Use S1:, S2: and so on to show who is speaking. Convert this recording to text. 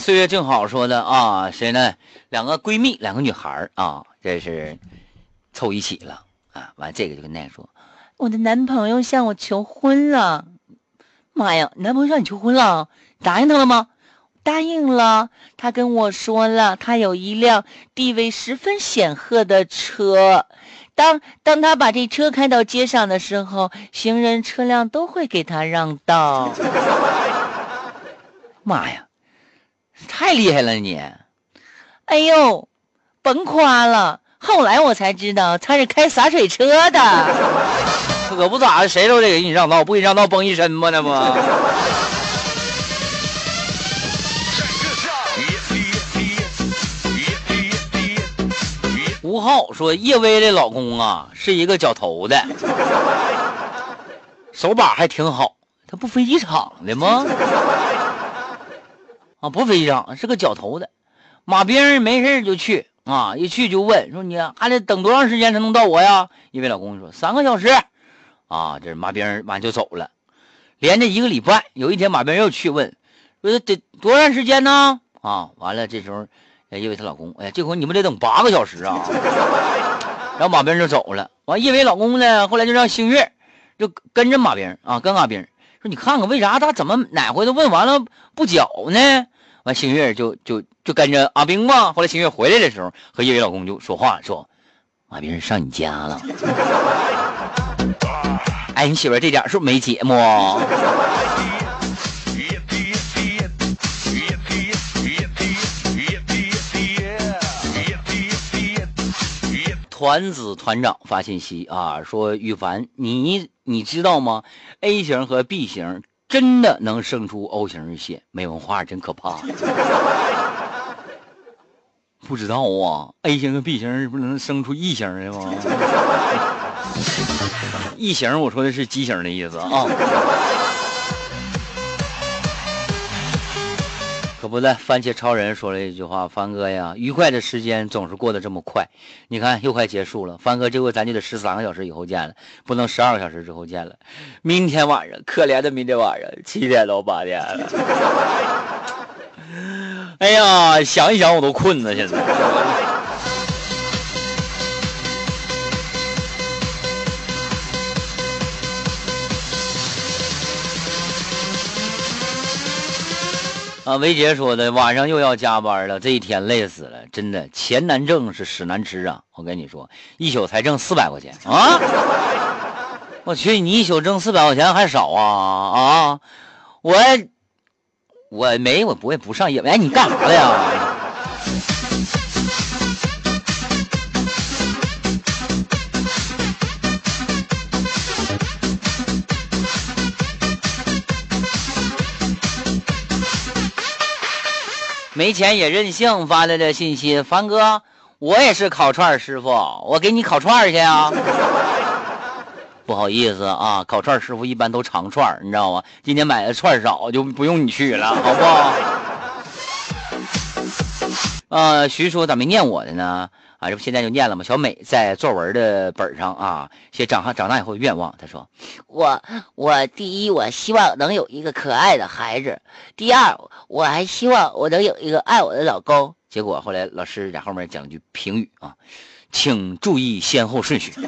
S1: 岁月正好说的啊，谁呢？两个闺蜜，两个女孩啊，这是凑一起了啊。完这个就跟那说，我的男朋友向我求婚了。妈呀，男朋友向你求婚了？答应他了吗？答应了，他跟我说了，他有一辆地位十分显赫的车。当他把这车开到街上的时候，行人车辆都会给他让道。妈呀！太厉害了你！哎呦，甭夸了，后来我才知道他是开洒水车的。可不咋的，谁都得给你让道，不给你让道崩一身吗？那不。吴浩说，叶薇的老公啊是一个绞头的，手把还挺好。他不飞机场的吗？啊，不飞机场，是个绞头的。马兵没事就去啊，一去就问说，你还得等多长时间才能到我呀？因为老公说3个小时啊。这马兵完就走了，连着1个礼拜。有一天马兵又去问说得多长时间呢？啊，完了这时候叶薇她老公，哎呀，这回你们得等8个小时啊。然后马兵就走了。完叶薇老公呢，后来就让星月就跟着马兵啊，跟马兵说，你看看为啥他怎么哪回都问完了不缴呢？完星月就跟着阿兵嘛。后来星月回来的时候，和叶薇老公就说话说，马兵上你家了。哎，你媳妇这点是不是没节目？团子团长发信息啊，说羽凡，你知道吗 ？A 型和 B 型真的能生出 O 型日线，没文化真可怕。不知道啊 ，A 型和 B 型不能生出 E 型的吗？E 型我说的是畸形的意思啊。可不在，番茄超人说了一句话，帆哥呀，愉快的时间总是过得这么快，你看又快结束了，帆哥这回咱就得13个小时以后见了，不能12个小时之后见了。明天晚上，可怜的明天晚上7点到8点了。哎呀，想一想我都困了，现在。啊，维杰说的，晚上又要加班了，这一天累死了，真的，钱难挣是屎难吃啊！我跟你说，一宿才挣400块钱啊！我去，你一宿挣400块钱还少啊啊！我不会不上夜，哎，你干啥的呀？没钱也任性发来的信息，凡哥，我也是烤串师傅，我给你烤串去啊。不好意思啊，烤串师傅一般都长串，你知道吗？今天买的串少，就不用你去了，好不好？徐叔咋没念我的呢？啊，这不现在就念了吗？小美在作文的本上啊，写长大以后的愿望。她说，我第一，我希望能有一个可爱的孩子；第二，我还希望我能有一个爱我的老公。结果后来老师在后面讲了句评语啊，请注意先后顺序。